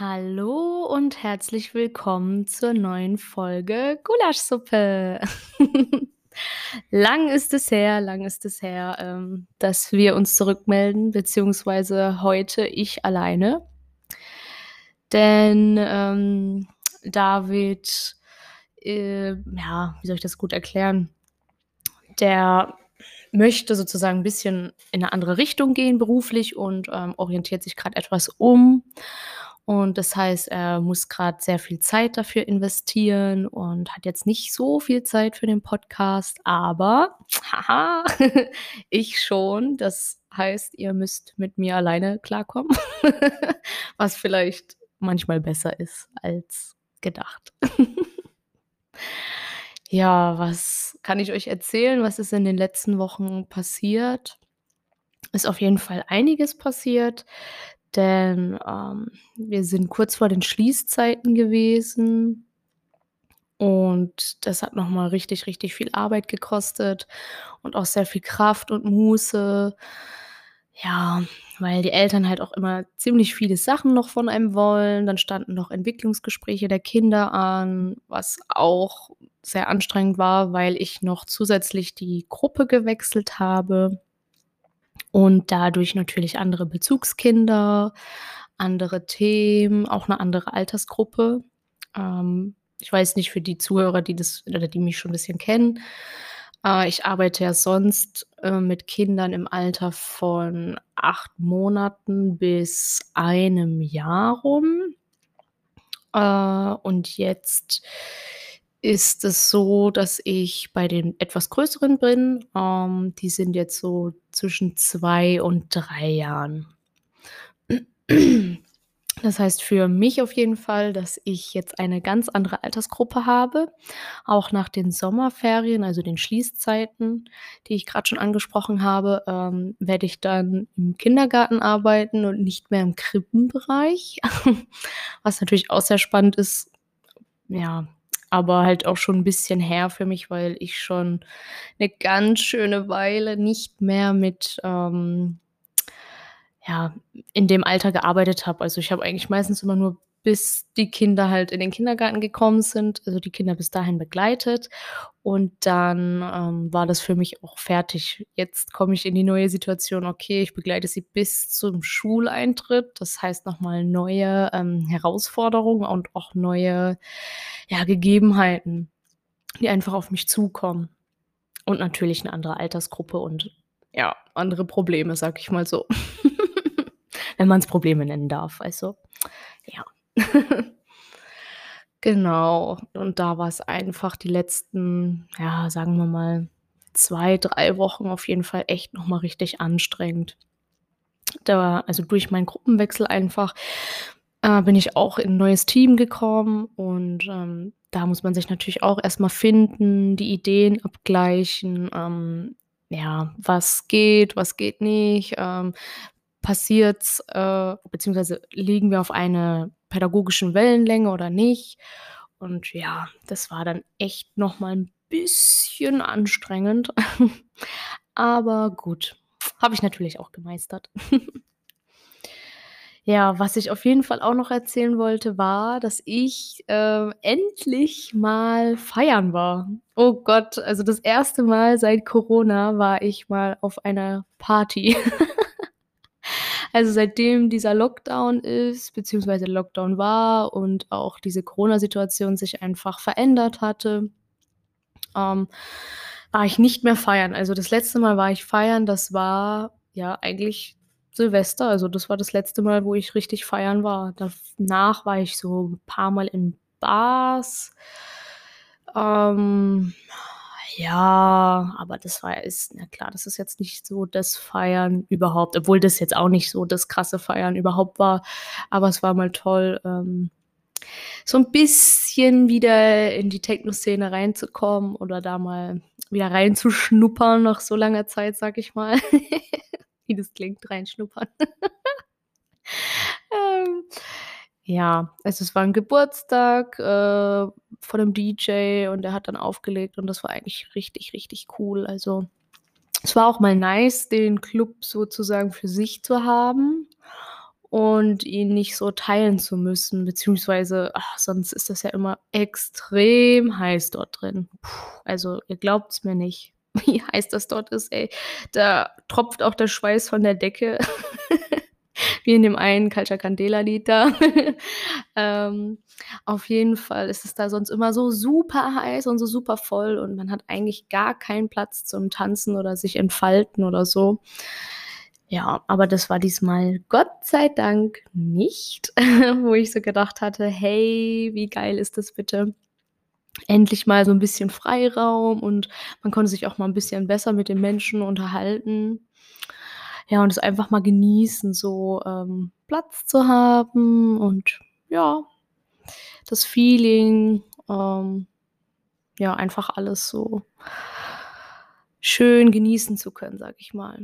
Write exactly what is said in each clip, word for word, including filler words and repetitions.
Hallo und herzlich willkommen zur neuen Folge Gulaschsuppe. Lang ist es her lang ist es her, ähm, dass wir uns zurückmelden, beziehungsweise heute ich alleine. Denn, ähm, David, äh, ja, wie soll ich das gut erklären? Der möchte sozusagen 'n bisschen in 'ne andere Richtung gehen beruflich und, ähm, orientiert sich grad etwas um. Und das heißt, er muss grad sehr viel Zeit dafür investieren und hat jetzt nicht so viel Zeit für den Podcast, aber, haha, ich schon. Das heißt, ihr müsst mit mir alleine klarkommen, was vielleicht manchmal besser ist als gedacht. Ja, was kann ich euch erzählen? Was ist in den letzten Wochen passiert? Ist auf jeden Fall einiges passiert, denn, ähm, wir sind kurz vor den Schließzeiten gewesen und das hat noch mal richtig, richtig viel Arbeit gekostet und auch sehr viel Kraft und Muße. Ja, weil die Eltern halt auch immer ziemlich viele Sachen noch von einem wollen. Dann standen noch Entwicklungsgespräche der Kinder an, was auch sehr anstrengend war, weil ich noch zusätzlich die Gruppe gewechselt habe und dadurch natürlich andere Bezugskinder, andere Themen, auch 'ne andere Altersgruppe. Ähm, ich weiß nicht für die Zuhörer, die das oder die mich schon 'n bisschen kennen. Äh, ich arbeite ja sonst, äh, mit Kindern im Alter von acht Monaten bis einem Jahr rum. Äh, und jetzt ist es so, dass ich bei den etwas Größeren bin. Ähm, die sind jetzt so zwischen zwei und drei Jahren. Das heißt für mich auf jeden Fall, dass ich jetzt eine ganz andere Altersgruppe habe. Auch nach den Sommerferien, also den Schließzeiten, die ich grad schon angesprochen habe, ähm, werde ich dann im Kindergarten arbeiten und nicht mehr im Krippenbereich, was natürlich auch sehr spannend ist. Ja, aber halt auch schon 'n bisschen her für mich, weil ich schon 'ne ganz schöne Weile nicht mehr mit, ähm ja, in dem Alter gearbeitet habe. Also, ich habe eigentlich meistens immer nur, bis die Kinder halt in den Kindergarten gekommen sind also, die Kinder bis dahin begleitet und dann, ähm, war das für mich auch fertig. Jetzt komme ich in die neue Situation, okay, ich begleite sie bis zum Schuleintritt. Das heißt noch mal neue, ähm, Herausforderungen und auch neue, ja, Gegebenheiten, die einfach auf mich zukommen. Und natürlich 'ne andere Altersgruppe und, ja, andere Probleme, sage ich mal so. Wenn man's Probleme nennen darf, also, ja. Genau, und da war's einfach die letzten, ja, sagen wir mal, zwei, drei Wochen auf jeden Fall echt noch mal richtig anstrengend. Da also, durch meinen Gruppenwechsel einfach, äh, bin ich auch in 'n neues Team gekommen und, ähm, da muss man sich natürlich auch erst mal finden, die Ideen abgleichen, ähm, ja, was geht, was geht nicht, ähm, passiert's, äh beziehungsweise liegen wir auf einer pädagogischen Wellenlänge oder nicht? Und ja, das war dann echt noch mal 'n bisschen anstrengend. Aber gut, habe ich natürlich auch gemeistert. Ja, was ich auf jeden Fall auch noch erzählen wollte, war, dass ich, äh, endlich mal feiern war. Oh Gott, also, das erste Mal seit Corona war ich mal auf einer Party. Also, seitdem dieser Lockdown ist beziehungsweise Lockdown war und auch diese Corona-Situation sich einfach verändert hatte, ähm, war ich nicht mehr feiern. Also, das letzte Mal war ich feiern, das war, ja, eigentlich Silvester. Also, das war das letzte Mal, wo ich richtig feiern war. Danach war ich so 'n paarmal in Bars. Ähm, ja, aber das war ist na klar, das ist jetzt nicht so das Feiern überhaupt, obwohl das jetzt auch nicht so das krasse Feiern überhaupt war. Aber es war mal toll, ähm, so 'n bisschen wieder in die Techno-Szene reinzukommen oder da mal wieder reinzuschnuppern nach so langer Zeit, sage ich mal. Wie das klingt, reinschnuppern. Ähm, ja, also, es war 'n Geburtstag, äh, von 'nem DJ und der hat dann aufgelegt und das war eigentlich richtig, richtig cool. Also, es war auch mal nice, den Club sozusagen für sich zu haben und ihn nicht so teilen zu müssen, beziehungsweise, ach, sonst ist das ja immer extrem heiß dort drin. Puh, also, ihr glaubt's mir nicht, wie heiß das dort ist, ey. Da tropft auch der Schweiß von der Decke, wie in dem einen Culture Candela Lied da. Ähm, auf jeden Fall ist es da sonst immer so super heiß und so super voll und man hat eigentlich gar keinen Platz zum Tanzen oder sich entfalten oder so. Ja, aber das war diesmal Gott sei Dank nicht, wo ich so gedacht hatte: „Hey, wie geil ist das bitte? Endlich mal so 'n bisschen Freiraum und man konnte sich auch mal 'n bisschen besser mit den Menschen unterhalten.“ Ja, und es einfach mal genießen, so, ähm, Platz zu haben und ja, das Feeling, ähm, ja, einfach alles so schön genießen zu können, sage ich mal.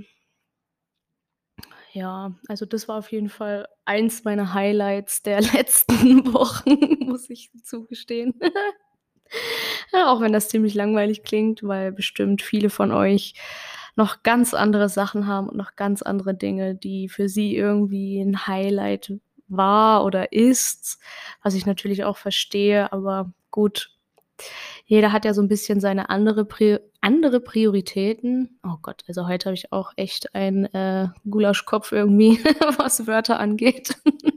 Ja, also das war auf jeden Fall eins meiner Highlights der letzten Wochen, muss ich zugestehen. Ja, auch wenn das ziemlich langweilig klingt, weil bestimmt viele von euch noch ganz andere Sachen haben und noch ganz andere Dinge, die für sie irgendwie 'n Highlight war oder ist, was ich natürlich auch verstehe, aber gut, jeder hat ja so 'n bisschen seine andere Prio andere Prioritäten. Oh Gott, also heute habe ich auch echt einen, äh, Gulaschkopf irgendwie, was Wörter angeht.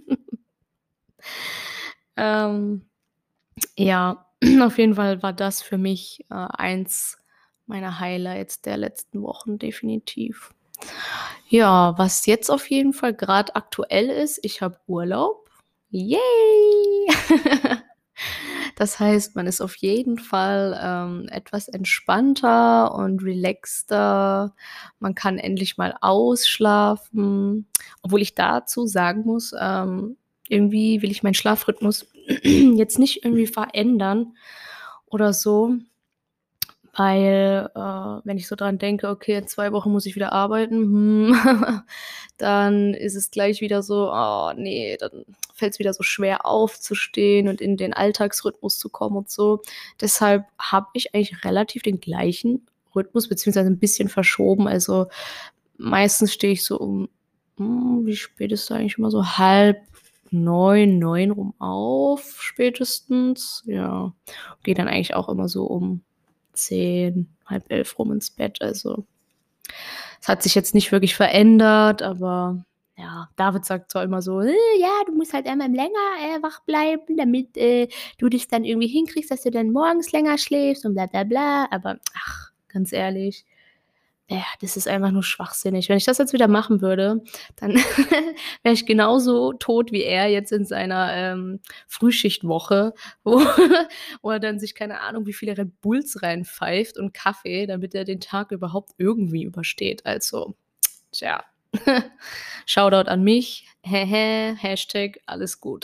Ähm, ja, auf jeden Fall war das für mich, äh, eins meiner Highlights der letzten Wochen definitiv. Ja, was jetzt auf jeden Fall grad aktuell ist, ich habe Urlaub. Yay! Das heißt, man ist auf jeden Fall, ähm, etwas entspannter und relaxter. Man kann endlich mal ausschlafen, obwohl ich dazu sagen muss, ähm, irgendwie will ich meinen Schlafrhythmus jetzt nicht irgendwie verändern oder so, weil, äh, wenn ich so dran denke: „Okay, in zwei Wochen muss ich wieder arbeiten, hm“, dann ist es gleich wieder so: „Oh ne“, dann fällt's wieder so schwer aufzustehen und in den Alltagsrhythmus zu kommen und so. Deshalb habe ich eigentlich relativ den gleichen Rhythmus beziehungsweise 'n bisschen verschoben. Also, meistens stehe ich so um hm, wie spät ist eigentlich immer so halb neun, neun rum auf spätestens, ja. Gehe dann eigentlich auch immer so um zehn, halb elf rum ins Bett. Also es hat sich jetzt nicht wirklich verändert, aber ja, David sagt zwar immer so: „Äh, ja, du musst halt einmal länger, äh, wach bleiben, damit, äh, du das dann irgendwie hinkriegst, dass du dann morgens länger schläfst und bla bla bla.“ Aber ach, ganz ehrlich, ja, das ist einfach nur schwachsinnig. Wenn ich das jetzt wieder machen würde, dann wäre ich genauso tot wie er jetzt in seiner, ähm, Frühschichtwoche, wo wo er dann sich keine Ahnung, wie viele Red Bulls reinpfeift und Kaffee, damit er den Tag überhaupt irgendwie übersteht. Also, tja, Shoutout an mich. Hashtag alles gut.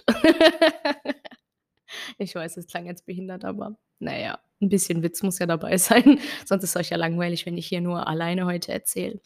Ich weiß, das klang jetzt behindert, aber na ja, 'n bisschen Witz muss ja dabei sein, sonst ist euch ja langweilig, wenn ich hier nur alleine heute erzähle.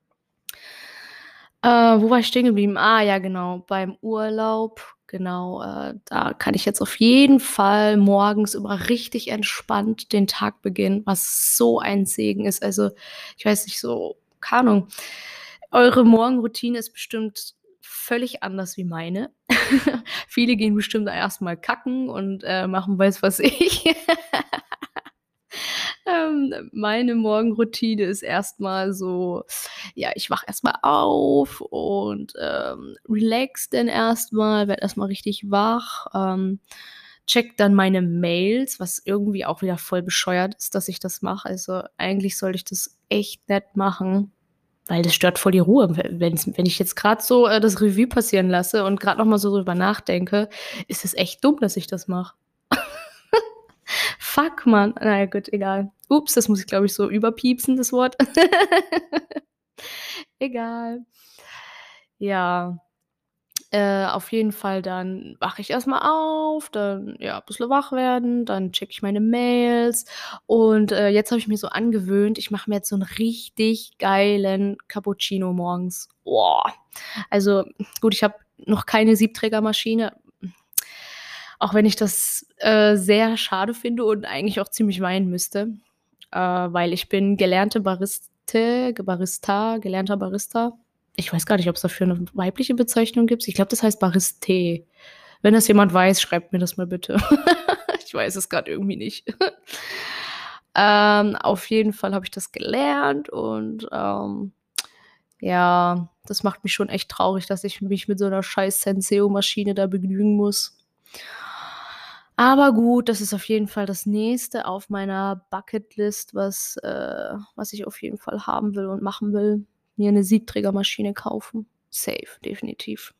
Äh, wo war ich stehen geblieben? Ah ja, genau, beim Urlaub. Genau, äh, da kann ich jetzt auf jeden Fall morgens immer richtig entspannt den Tag beginnen, was so ein Segen ist. Also, ich weiß nicht, so keine Ahnung, eure Morgenroutine ist bestimmt völlig anders wie meine. Viele gehen bestimmt erst mal kacken und, äh, machen weiß was ich. Ähm, meine Morgenroutine ist erst mal so ja, ich wache erst mal auf und, ähm, relaxe dann erst mal, werde erst mal richtig wach, ähm, checke dann meine Mails, was irgendwie auch wieder voll bescheuert ist, dass ich das mache. Also, eigentlich sollte ich das echt nicht machen, weil das stört voll die Ruhe. We wenn's wenn ich jetzt grad so, äh, das Revue passieren lasse und grad noch mal so drüber nachdenke, ist es echt dumm, dass ich das mache. Fuck, Mann. Na ja, gut, egal. Ups, das muss ich, glaube ich, so überpiepsen, das Wort. Egal. Ja, äh, auf jeden Fall dann wache ich erst mal auf, dann, ja, bisschen wach werden, dann checke ich meine Mails und, äh, jetzt habe ich mir so angewöhnt, ich mache mir jetzt so 'n richtig geilen Cappuccino morgens. Boah. Also, gut, ich habe noch keine Siebträgermaschine, auch wenn ich das, äh, sehr schade finde und eigentlich auch ziemlich weinen müsste, äh, weil ich bin gelernte Bariste Barista gelernter Barista. Ich weiß gar nicht, ob's dafür 'ne weibliche Bezeichnung gibt. Ich glaube, das heißt Baristée. Wenn das jemand weiß, schreibt mir das mal bitte. Ich weiß es grad irgendwie nicht. Ähm, auf jeden Fall habe ich das gelernt und, ähm, ja, das macht mich schon echt traurig, dass ich mich mit so 'ner scheiß Senseo-Maschine da begnügen muss. Aber gut, das ist auf jeden Fall das Nächste auf meiner Bucketlist, was äh, was ich auf jeden Fall haben will und machen will, mir 'ne Siebträgermaschine kaufen. Safe, definitiv.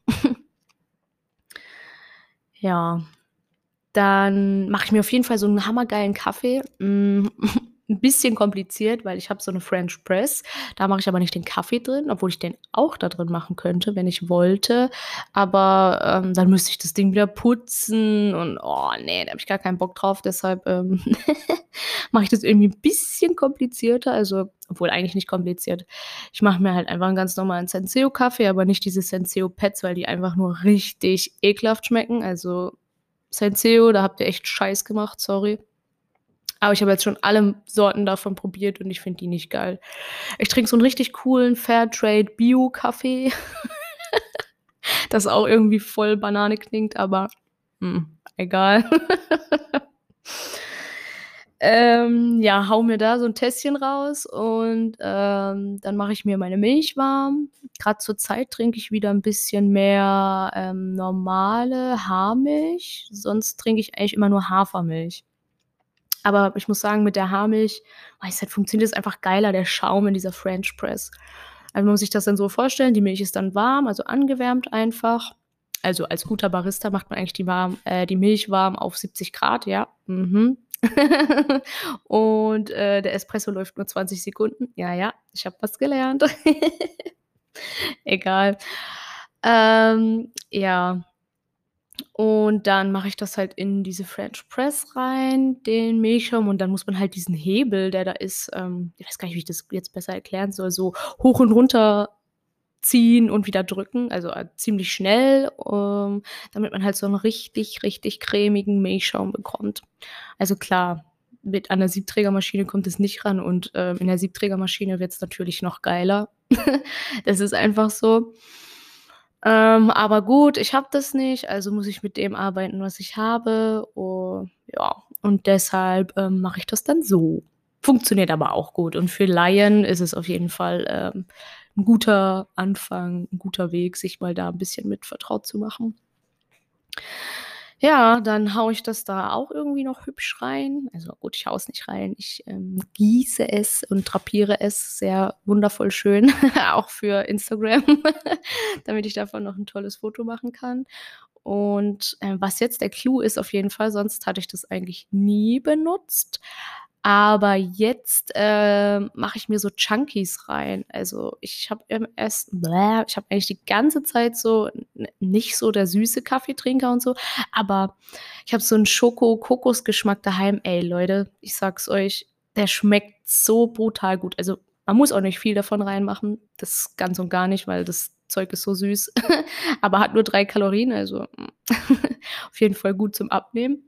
Ja, dann mache ich mir auf jeden Fall so 'n hammergeilen Kaffee. Hm, 'n bisschen kompliziert, weil ich habe so 'ne French Press. Da mache ich aber nicht den Kaffee drin, obwohl ich den auch da drin machen könnte, wenn ich wollte. Aber, ähm, dann müsste ich das Ding wieder putzen und, oh ne, da habe ich gar keinen Bock drauf. Deshalb, ähm, mache ich das irgendwie 'n bisschen komplizierter, also obwohl eigentlich nicht kompliziert. Ich mache mir halt einfach 'n ganz normalen Senseo-Kaffee, aber nicht diese Senseo-Pads, weil die einfach nur richtig ekelhaft schmecken. Also, Senseo, da habt ihr echt Scheiß gemacht, sorry. Aber ich habe jetzt schon alle Sorten davon probiert und ich finde die nicht geil. Ich trinke so 'n richtig coolen Fairtrade-Bio-Kaffee, das auch irgendwie voll Banane klingt, aber, hm, egal. Ähm, ja, haue mir da so 'n Tässchen raus und, ähm, dann mache ich mir meine Milch warm. Grad zur Zeit trinke ich wieder 'n bisschen mehr, ähm, normale Haarmilch, sonst trinke ich eigentlich immer nur Hafermilch. Aber ich muss sagen, mit der Haarmilch, weiß nicht, funktioniert es einfach geiler, der Schaum in dieser French Press. Also, man muss sich das dann so vorstellen, die Milch ist dann warm, also angewärmt einfach. Also, als guter Barista macht man eigentlich die warm äh, die Milch warm auf siebzig Grad, ja, mhm. Und, äh, der Espresso läuft nur zwanzig Sekunden. Ja, ja, ich habe was gelernt. Egal. Ähm, ja. Und dann mache ich das halt in diese French Press rein, den Milchschaum, und dann muss man halt diesen Hebel, der da ist, ähm ich weiß gar nicht, wie ich das jetzt besser erklären soll, so hoch und runter ziehen und wieder drücken, also, äh, ziemlich schnell, ähm, damit man halt so 'n richtig, richtig cremigen Milchschaum bekommt. Also, klar, mit an 'ner Siebträgermaschine kommt es nicht ran und, ähm, in der Siebträgermaschine wird's natürlich noch geiler. Das ist einfach so. Ähm, aber gut, ich habe das nicht, also muss ich mit dem arbeiten, was ich habe. Oh, ja, und deshalb, ähm, mache ich das dann so. Funktioniert aber auch gut und für Laien ist es auf jeden Fall, ähm, 'n guter Anfang, 'n guter Weg, sich mal da 'n bisschen mit vertraut zu machen. Ja, dann haue ich das da auch irgendwie noch hübsch rein. Also gut, ich haue es nicht rein, ich, ähm, gieße es und drapiere es sehr wundervoll schön, auch für Instagram, damit ich davon noch 'n tolles Foto machen kann. Und, äh, was jetzt der Clou ist auf jeden Fall, sonst hatte ich das eigentlich nie benutzt, aber jetzt, ähm, mache ich mir so Chunkies rein. Also, ich habe im erst ich habe eigentlich die ganze Zeit so n nicht so der süße Kaffeetrinker und so, aber ich habe so 'n Schoko-Kokos-Geschmack daheim. Ey, Leute, ich sage es euch, der schmeckt so brutal gut. Also, man muss auch nicht viel davon reinmachen, das ganz und gar nicht, weil das Zeug ist so süß, aber hat nur drei Kalorien, also, hm, auf jeden Fall gut zum Abnehmen.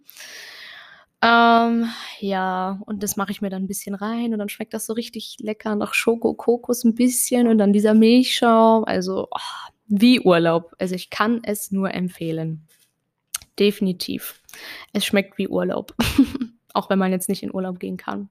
Ähm, ja, und das mache ich mir dann 'n bisschen rein und dann schmeckt das so richtig lecker nach Schoko-Kokos 'n bisschen und dann dieser Milchschaum, also, oh, wie Urlaub. Also, ich kann es nur empfehlen. Definitiv. Es schmeckt wie Urlaub, auch wenn man jetzt nicht in Urlaub gehen kann.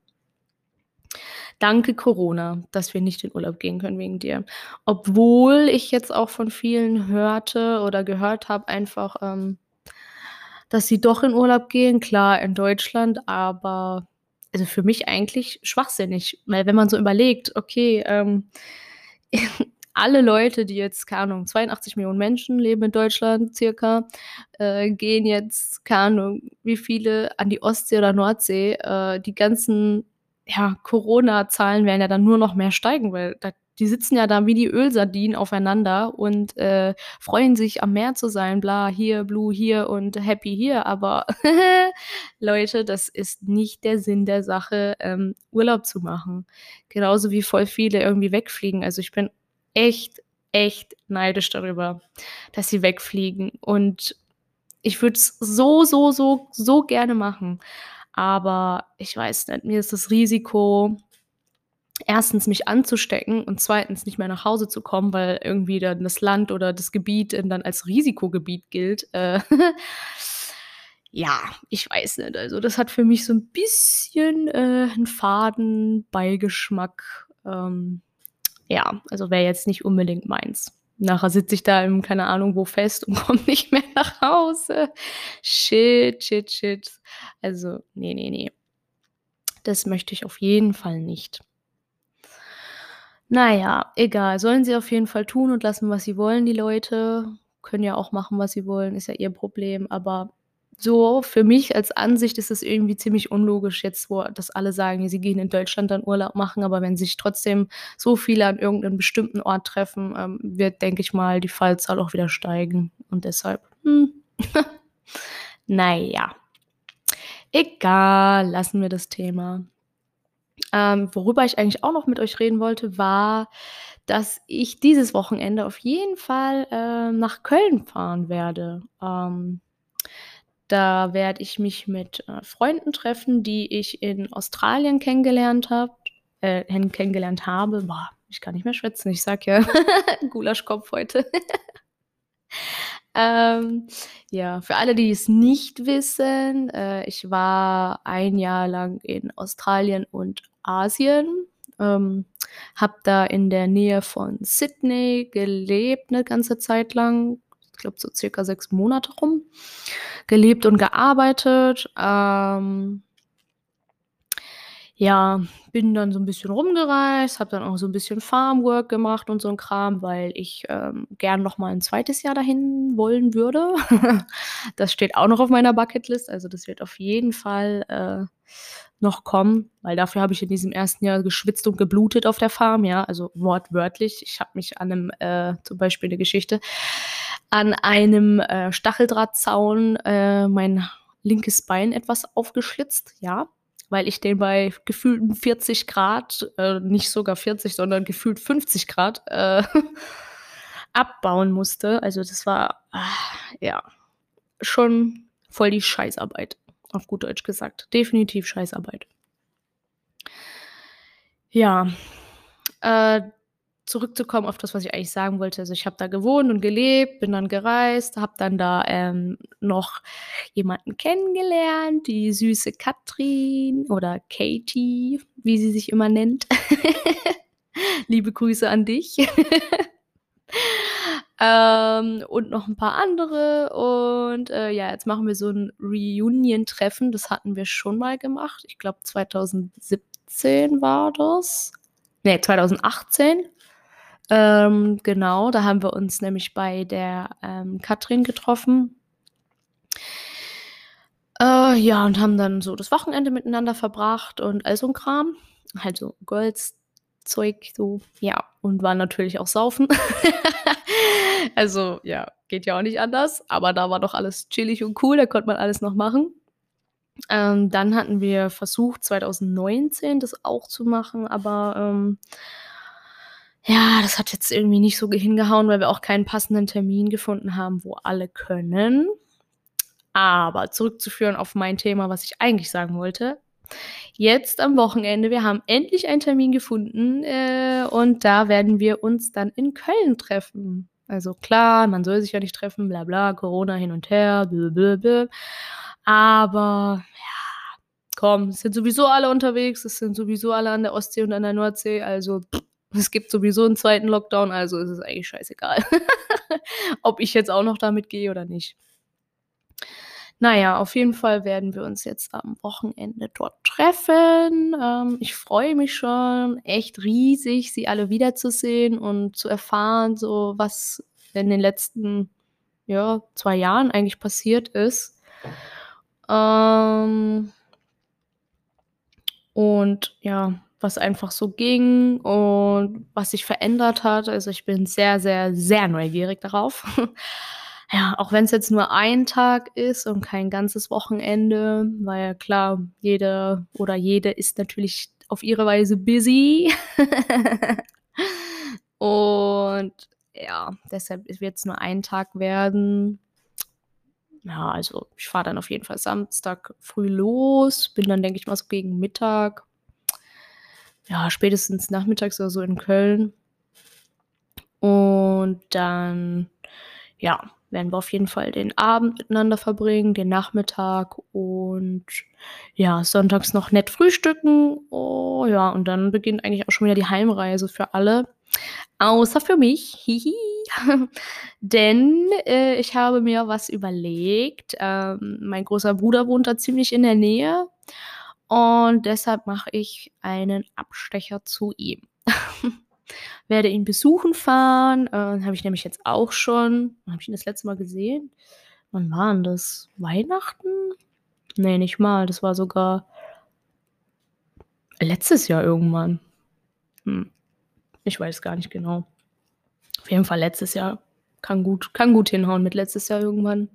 Danke Corona, dass wir nicht in Urlaub gehen können wegen dir. Obwohl ich jetzt auch von vielen hörte oder gehört habe einfach, ähm, dass sie doch in Urlaub gehen, klar in Deutschland, aber also, für mich eigentlich schwachsinnig, weil wenn man so überlegt, okay, ähm, alle Leute, die jetzt, keine Ahnung, zweiundachtzig Millionen Menschen leben in Deutschland circa, äh, gehen jetzt, keine Ahnung, wie viele an die Ostsee oder Nordsee. Äh, die ganzen, ja, Corona-Zahlen werden ja dann nur noch mehr steigen, weil da die sitzen ja da wie die Ölsardinen aufeinander und, äh, freuen sich, am Meer zu sein, bla, hier, blue hier und happy hier. Aber Leute, das ist nicht der Sinn der Sache, ähm, Urlaub zu machen. Genauso wie voll viele irgendwie wegfliegen. Also, ich bin echt, echt neidisch darüber, dass sie wegfliegen und ich würde es so, so, so, so gerne machen, aber ich weiß nicht, mir ist das Risiko erstens mich anzustecken und zweitens nicht mehr nach Hause zu kommen, weil irgendwie dann das Land oder das Gebiet, äh, dann als Risikogebiet gilt. Äh, ja, ich weiß nicht. Also, das hat für mich so 'n bisschen, äh, 'n faden Beigeschmack. Ähm, ja, also, wäre jetzt nicht unbedingt meins. Nachher sitze ich da im keine Ahnung wo fest und komme nicht mehr nach Hause. Shit, shit, shit. Also, ne, ne, ne. Das möchte ich auf jeden Fall nicht. Na ja, egal. Sollen sie auf jeden Fall tun und lassen, was sie wollen, die Leute. Können ja auch machen, was sie wollen, ist ja ihr Problem. Aber so für mich als Ansicht ist es irgendwie ziemlich unlogisch jetzt, wo das alle sagen, sie gehen in Deutschland dann Urlaub machen, aber wenn sich trotzdem so viele an irgend 'nem bestimmten Ort treffen, ähm, wird, denke ich mal, die Fallzahl auch wieder steigen und deshalb, hm, na ja. Egal, lassen wir das Thema. Ähm, worüber ich eigentlich auch noch mit euch reden wollte, war, dass ich dieses Wochenende auf jeden Fall, äh, nach Köln fahren werde. Ähm, da werde ich mich mit, äh, Freunden treffen, die ich in Australien kennengelernt habe äh, hen kennengelernt habe. Boah, ich kann nicht mehr schwätzen, ich sage ja, Gulaschkopf heute. Ähm, ja, für alle, die es nicht wissen, äh, ich war ein Jahr lang in Australien und Asien, ähm, habe da in der Nähe von Sydney gelebt 'ne ganze Zeit lang, ich glaube so circa sechs Monate rum, gelebt und gearbeitet. Ähm ja, bin dann so 'n bisschen rumgereist, habe dann auch so 'n bisschen Farmwork gemacht und so 'n Kram, weil ich, ähm, gern noch mal 'n zweites Jahr dahin wollen würde. Das steht auch noch auf meiner Bucketlist, also, das wird auf jeden Fall, äh, noch kommen, weil dafür habe ich in diesem ersten Jahr geschwitzt und geblutet auf der Farm, ja, also, wortwörtlich. Ich habe mich an 'nem äh, zum Beispiel 'ne Geschichte, an einem, äh, Stacheldrahtzaun, äh, mein linkes Bein etwas aufgeschlitzt, ja, weil ich den bei gefühlten vierzig Grad, äh, nicht sogar vierzig, sondern gefühlt fünfzig Grad, äh, abbauen musste. Also, das war, ja, schon voll die Scheißarbeit, auf gut Deutsch gesagt. Definitiv Scheißarbeit. Ja, äh, zurückzukommen auf das, was ich eigentlich sagen wollte. Also, ich habe da gewohnt und gelebt, bin dann gereist, habe dann da, ähm, noch jemanden kennengelernt, die süße Katrin oder Katie, wie sie sich immer nennt. Liebe Grüße an dich. Ähm, und noch 'n paar andere und, äh, ja, jetzt machen wir so 'n Reunion-Treffen. Das hatten wir schon mal gemacht. Ich glaube, zweitausendsiebzehn war das. Ne, zweitausendachtzehn. Ähm, genau, da haben wir uns nämlich bei der, ähm, Katrin getroffen. Äh, ja, und haben dann so das Wochenende miteinander verbracht und all so 'n Kram. Halt so Girls-Zeug so, ja, und waren natürlich auch saufen. Also, ja, geht ja auch nicht anders, aber da war doch alles chillig und cool, da konnte man alles noch machen. Ähm, dann hatten wir versucht, zweitausendneunzehn das auch zu machen, aber, ähm ja, das hat jetzt irgendwie nicht so ge hingehauen, weil wir auch keinen passenden Termin gefunden haben, wo alle können. Aber zurückzuführen auf mein Thema, was ich eigentlich sagen wollte. Jetzt am Wochenende, wir haben endlich einen Termin gefunden, äh, und da werden wir uns dann in Köln treffen. Also, klar, man soll sich ja nicht treffen, bla bla, Corona hin und her, bl bl bl. Aber ja, komm, es sind sowieso alle unterwegs, es sind sowieso alle an der Ostsee und an der Nordsee, also, es gibt sowieso 'n zweiten Lockdown, also ist es eigentlich scheißegal, ob ich jetzt auch noch da mitgehe oder nicht. Na ja, auf jeden Fall werden wir uns jetzt am Wochenende dort treffen. Ähm, ich freue mich schon echt riesig, sie alle wiederzusehen und zu erfahren, so was in den letzten, ja, zwei Jahren eigentlich passiert ist. Ähm und ja, was einfach so ging und was sich verändert hat. Also, ich bin sehr, sehr, sehr neugierig darauf. Ja, auch wenn's jetzt nur ein Tag ist und kein ganzes Wochenende, weil klar, jeder oder jede ist natürlich auf ihre Weise busy. Und ja, deshalb es wird's nur ein Tag werden. Ja, also, ich fahre dann auf jeden Fall Samstag früh los, bin dann, denke ich mal, so gegen Mittag ja, spätestens nachmittags oder so in Köln. Und dann, ja, werden wir auf jeden Fall den Abend miteinander verbringen, den Nachmittag und ja, sonntags noch nett frühstücken. Oh ja, und dann beginnt eigentlich auch schon wieder die Heimreise für alle, außer für mich. Hihi. Denn, äh, ich habe mir was überlegt. Ähm, mein großer Bruder wohnt da ziemlich in der Nähe und deshalb mache ich einen Abstecher zu ihm. Werde ihn besuchen fahren, äh, habe ich nämlich jetzt auch schon wann habe ich ihn das letzte Mal gesehen? Wann war 'n das? Weihnachten? Ne, nicht mal, das war sogar letztes Jahr irgendwann. Hm, ich weiß gar nicht genau. Auf jeden Fall letztes Jahr. Kann gut kann gut hinhauen mit letztes Jahr irgendwann.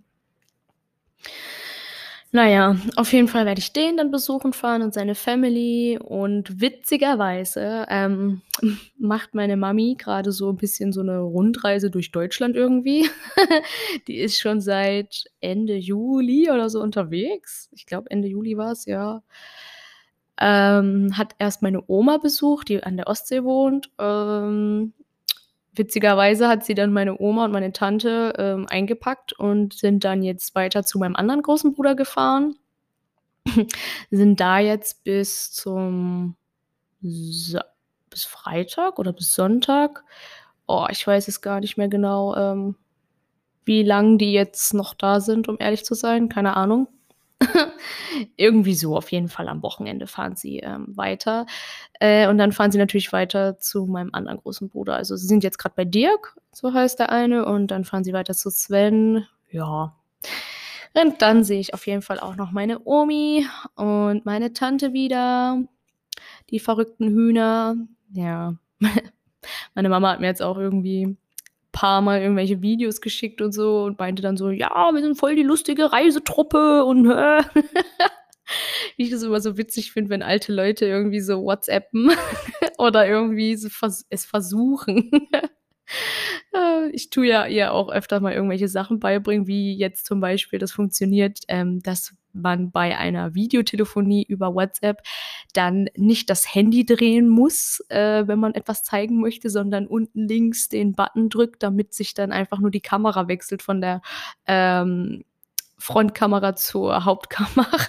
Na ja, auf jeden Fall werde ich den dann besuchen fahren und seine Family und witzigerweise, ähm, macht meine Mami grade so 'n bisschen so 'ne Rundreise durch Deutschland irgendwie. Die ist schon seit Ende Juli oder so unterwegs. Ich glaube, Ende Juli war's, ja. Ähm, hat erst meine Oma besucht, die an der Ostsee wohnt. Ähm, witzigerweise hat sie dann meine Oma und meine Tante, ähm, eingepackt und sind dann jetzt weiter zu meinem anderen großen Bruder gefahren. Sind da jetzt bis zum Sa bis Freitag oder bis Sonntag. Oh, ich weiß es gar nicht mehr genau, ähm, wie lang die jetzt noch da sind, um ehrlich zu sein, keine Ahnung. Irgendwie so, auf jeden Fall am Wochenende fahren sie, ähm, weiter. Äh, und dann fahren sie natürlich weiter zu meinem anderen großen Bruder. Also, sie sind jetzt grad bei Dirk, so heißt der eine, und dann fahren sie weiter zu Sven. Ja. Und dann sehe ich auf jeden Fall auch noch meine Omi und meine Tante wieder, die verrückten Hühner. Ja. Meine Mama hat mir jetzt auch irgendwie paarmal irgendwelche Videos geschickt und so und meinte dann so: „Ja, wir sind voll die lustige Reisetruppe und hä." Wie ich das immer so witzig finde, wenn alte Leute irgendwie so WhatsAppen oder irgendwie so vers es versuchen. Äh, ich tue ja ihr auch öfter mal irgendwelche Sachen beibringen, wie jetzt zum Beispiel das funktioniert, ähm, dass man bei einer Videotelefonie über WhatsApp dann nicht das Handy drehen muss, äh, wenn man etwas zeigen möchte, sondern unten links den Button drückt, damit sich dann einfach nur die Kamera wechselt von der, ähm, Frontkamera zur Hauptkamera.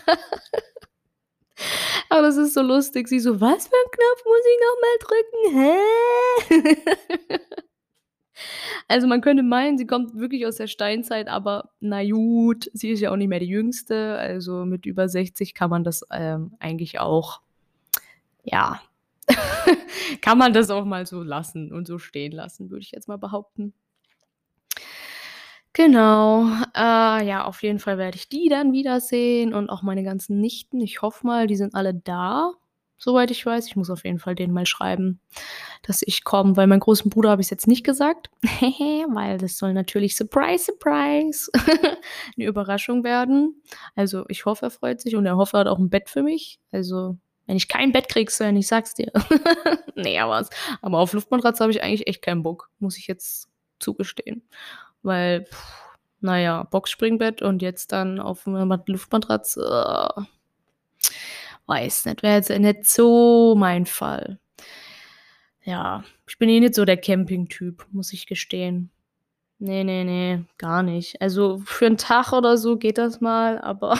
Aber das ist so lustig. Sie so: „Was für 'n Knopf muss ich noch mal drücken? Hä?" Also, man könnte meinen, sie kommt wirklich aus der Steinzeit, aber na gut, sie ist ja auch nicht mehr die Jüngste. Also, mit über sechzig kann man das, ähm, eigentlich auch ja, kann man das auch mal so lassen und so stehen lassen, würde ich jetzt mal behaupten. Genau. Äh, ja, auf jeden Fall werde ich die dann wiedersehen und auch meine ganzen Nichten. Ich hoffe mal, die sind alle da, soweit ich weiß. Ich muss auf jeden Fall denen mal schreiben, dass ich komme, weil meinem großen Bruder habe ich's jetzt nicht gesagt, weil das soll natürlich surprise, surprise 'ne Überraschung werden. Also, ich hoffe, er freut sich und er hofft, er hat auch 'n Bett für mich. Also, wenn ich kein Bett kriege, Sven, ich sage es dir. Ne, aber aber auf Luftmatratze habe ich eigentlich echt keinen Bock, muss ich jetzt zugestehen. Weil, na ja, Boxspringbett und jetzt dann auf 'ner Mat Luftmatratze, weiß nicht, wäre jetzt nicht so mein Fall. Ja, ich bin eh nicht so der Campingtyp, muss ich gestehen. Ne, ne, ne, gar nicht. Also, für 'n Tag oder so geht das mal, aber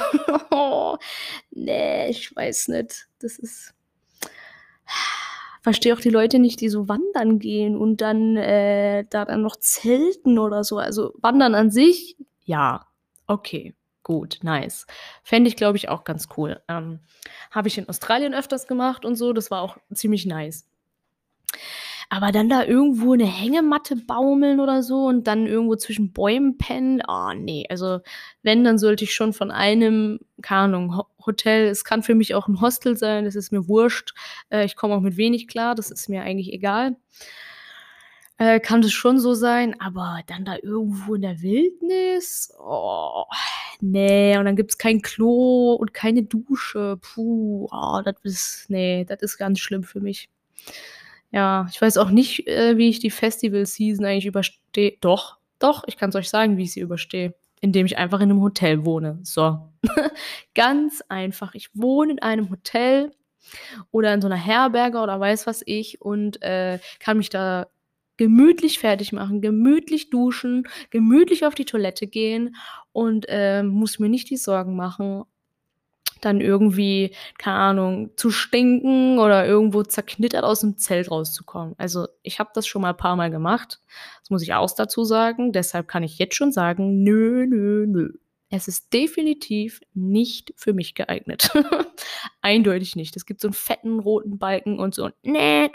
ne, ich weiß nicht. Das ist verstehe auch die Leute nicht, die so wandern gehen und dann, äh, da dann noch zelten oder so. Also, Wandern an sich, ja, okay, gut, nice. Fände ich, glaube ich, auch ganz cool. Ähm, habe ich in Australien öfters gemacht und so, das war auch ziemlich nice. Aber dann da irgendwo 'ne Hängematte baumeln oder so und dann irgendwo zwischen Bäumen pennen, oh ne. Also, wenn, dann sollte ich schon von einem, keine Ahnung, Ho Hotel es kann für mich auch 'n Hostel sein, das ist mir wurscht. Äh, ich komme auch mit wenig klar, das ist mir eigentlich egal. Äh, kann das schon so sein, aber dann da irgendwo in der Wildnis, oh, ne, und dann gibt's kein Klo und keine Dusche. Puh, oh, das ist ne, das ist ganz schlimm für mich. Ja, ich weiß auch nicht, äh, wie ich die Festival-Season eigentlich überstehe. Doch, doch, ich kann's euch sagen, wie ich sie überstehe, indem ich einfach in 'nem Hotel wohne. So. Ganz einfach. Ich wohne in einem Hotel oder in so 'ner Herberge oder weiß was ich und, äh, kann mich da gemütlich fertig machen, gemütlich duschen, gemütlich auf die Toilette gehen und, ähm, muss mir nicht die Sorgen machen, dann irgendwie, keine Ahnung, zu stinken oder irgendwo zerknittert aus'm Zelt rauszukommen. Also, ich habe das schon mal paarmal gemacht. Das muss ich auch dazu sagen. Deshalb kann ich jetzt schon sagen: „Nö, nö, nö. Es ist definitiv nicht für mich geeignet.“ Eindeutig nicht. Es gibt so 'n fetten roten Balken und so 'n „Ne.“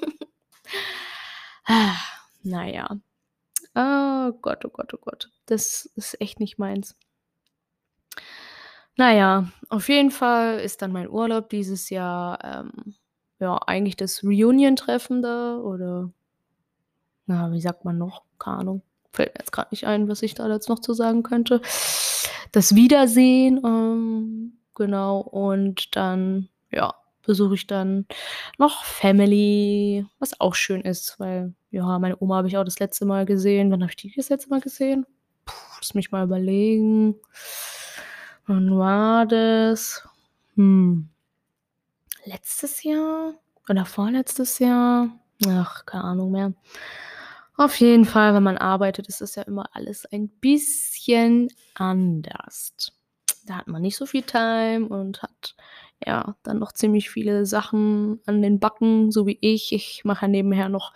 Na ja. Oh Gott, oh Gott, oh Gott. Das ist echt nicht meins. Na ja, auf jeden Fall ist dann mein Urlaub dieses Jahr, ähm, ja, eigentlich das Reunion-Treffen da oder na, wie sagt man noch? Keine Ahnung. Fällt mir jetzt grad nicht ein, was ich da jetzt noch zu sagen könnte. Das Wiedersehen, ähm, genau, und dann, ja, besuche ich dann noch Family, was auch schön ist, weil, ja, meine Oma habe ich auch das letzte Mal gesehen. Wann habe ich die das letzte Mal gesehen? Puh, lass mich mal überlegen. Wann war das? Hm. Letztes Jahr oder vorletztes Jahr? Ach, keine Ahnung mehr. Auf jeden Fall, wenn man arbeitet, ist das ja immer alles ein bisschen anders. Da hat man nicht so viel Time und hat, ja, dann noch ziemlich viele Sachen an den Backen, so wie ich. Ich mache ja nebenher noch,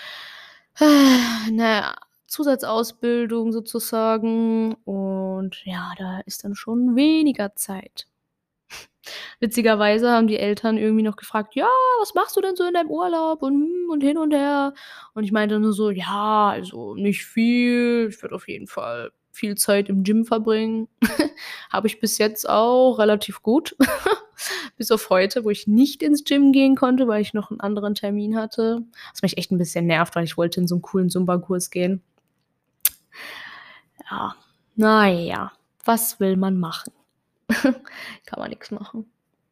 'ne Zusatzausbildung sozusagen und ja, da ist dann schon weniger Zeit. Witzigerweise haben die Eltern irgendwie noch gefragt: „Ja, was machst du denn so in deinem Urlaub?“ und, hm, und hin und her. Und ich meinte nur so: „Ja, also nicht viel. Ich werde auf jeden Fall viel Zeit im Gym verbringen.“ Habe ich bis jetzt auch relativ gut. Bis auf heute, wo ich nicht ins Gym gehen konnte, weil ich noch 'n anderen Termin hatte, was mich echt 'n bisschen nervt, weil ich wollte in so 'n coolen Zumba-Kurs gehen. Ja, na ja, was will man machen? Kann man nix machen.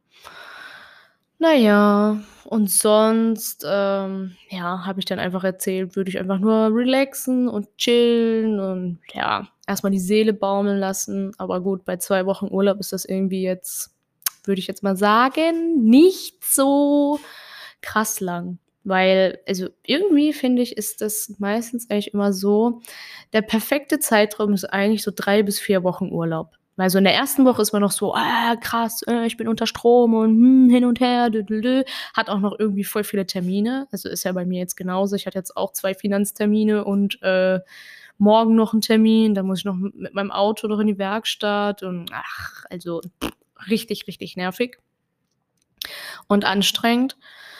Na ja, und sonst, ähm, ja, habe ich dann einfach erzählt, würde ich einfach nur relaxen und chillen und ja, erst mal die Seele baumeln lassen. Aber gut, bei zwei Wochen Urlaub ist das irgendwie jetzt, würde ich jetzt mal sagen, nicht so krass lang. Weil also, irgendwie finde ich, ist das meistens eigentlich immer so der perfekte Zeitraum ist eigentlich so drei bis vier Wochen Urlaub. Weil so in der ersten Woche ist man noch so: „Ah, krass, äh, ich bin unter Strom und, hm, hin und her, dö, dö, dö.“ Hat auch noch irgendwie voll viele Termine. Also, ist ja bei mir jetzt genauso. Ich hatte jetzt auch zwei Finanztermine und, äh, morgen noch 'n Termin. Dann muss ich noch m mit meinem Auto noch in die Werkstatt und ach, also richtig, richtig nervig und anstrengend.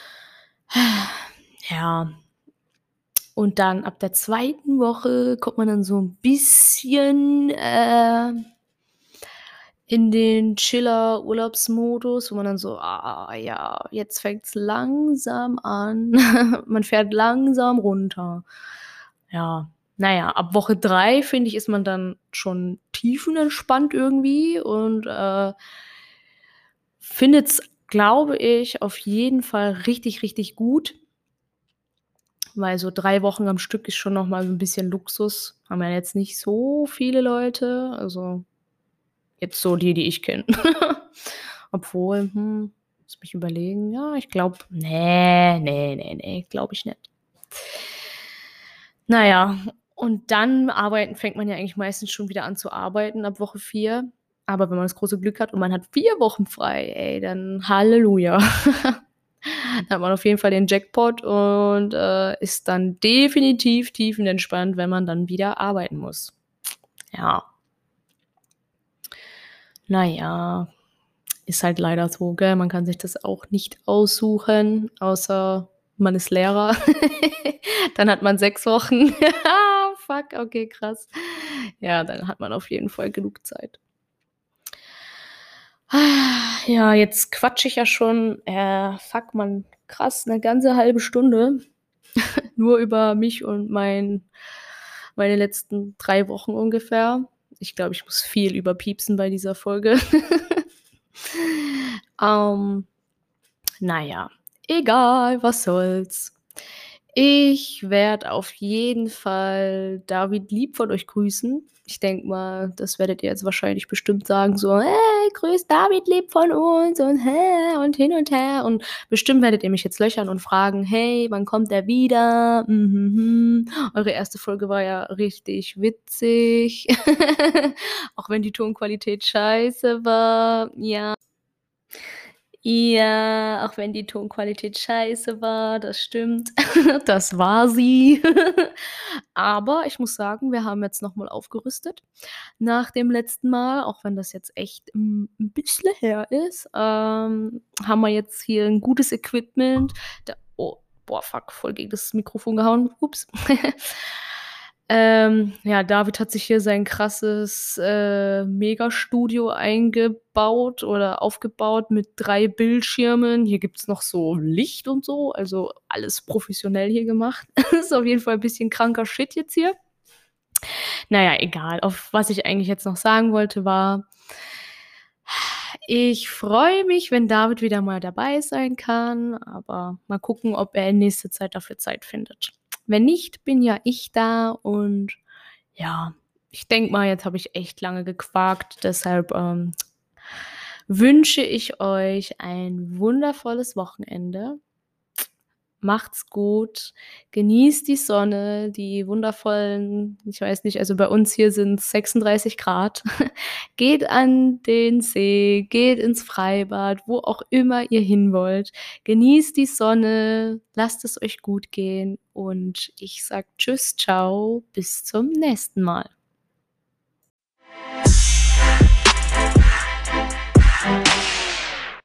Ja. Und dann ab der zweiten Woche kommt man dann so 'n bisschen, äh, in den Chiller-Urlaubsmodus, wo man dann so: „Ah ja, jetzt fängt's langsam an.“ Man fährt langsam runter. Ja, na ja, ab Woche drei, finde ich, ist man dann schon tiefenentspannt irgendwie und, äh findet's, glaube ich, auf jeden Fall richtig, richtig gut. Weil so drei Wochen am Stück ist schon noch mal so 'n bisschen Luxus. Haben ja jetzt nicht so viele Leute, also jetzt so die, die ich kenne. Obwohl, hm, lass mich überlegen. Ja, ich glaube ne, ne, ne, ne, glaube ich nicht. Na ja, und dann arbeiten fängt man ja eigentlich meistens schon wieder an zu arbeiten ab Woche vier. Aber wenn man das große Glück hat und man hat vier Wochen frei, ey, dann Halleluja. Dann hat man auf jeden Fall den Jackpot und, äh, ist dann definitiv tiefenentspannt, wenn man dann wieder arbeiten muss. Ja. Na ja, ist halt leider so, gell? Man kann sich das auch nicht aussuchen, außer man ist Lehrer. Dann hat man sechs Wochen. Fuck, okay, krass. Ja, dann hat man auf jeden Fall genug Zeit. Ja, jetzt quatsche ich ja schon, äh, fuck, Mann, krass, 'ne ganze halbe Stunde nur über mich und mein meine letzten drei Wochen ungefähr. Ich glaube, ich muss viel überpiepsen bei dieser Folge. Ähm, na ja, egal, was soll's. Ich werde auf jeden Fall David lieb von euch grüßen. Ich denke mal, das werdet ihr jetzt wahrscheinlich bestimmt sagen, so: „Hey, grüß David lieb von uns und hä und hin und her." Und bestimmt werdet ihr mich jetzt löchern und fragen: „Hey, wann kommt er wieder? Mhm, hm. Eure erste Folge war ja richtig witzig, auch wenn die Tonqualität scheiße war." Ja. Ja, auch wenn die Tonqualität scheiße war, das stimmt. Das war sie. Aber ich muss sagen, wir haben jetzt noch mal aufgerüstet nach dem letzten Mal, auch wenn das jetzt echt 'n 'n bisschen her ist, ähm, haben wir jetzt hier 'n gutes Equipment. Da oh, boah, fuck, voll gegen das Mikrofon gehauen. Ups. Ähm, ja, David hat sich hier sein krasses, äh, Megastudio eingebaut oder aufgebaut mit drei Bildschirmen. Hier gibt's noch so Licht und so, also alles professionell hier gemacht. Ist auf jeden Fall 'n bisschen kranker Shit jetzt hier. Na ja, egal. Auf was ich eigentlich jetzt noch sagen wollte, war ich freue mich, wenn David wieder mal dabei sein kann, aber mal gucken, ob er in nächster Zeit dafür Zeit findet. Wenn nicht, bin ja ich da und ja, ich denke mal, jetzt habe ich echt lange gequakt, deshalb, ähm, wünsche ich euch ein wundervolles Wochenende. Macht's gut, genießt die Sonne, die wundervollen ich weiß nicht, also bei uns hier sind's sechsunddreißig Grad. Geht an den See, geht ins Freibad, wo auch immer ihr hin wollt. Genießt die Sonne, lasst es euch gut gehen und ich sage tschüss, tschau, bis zum nächsten Mal.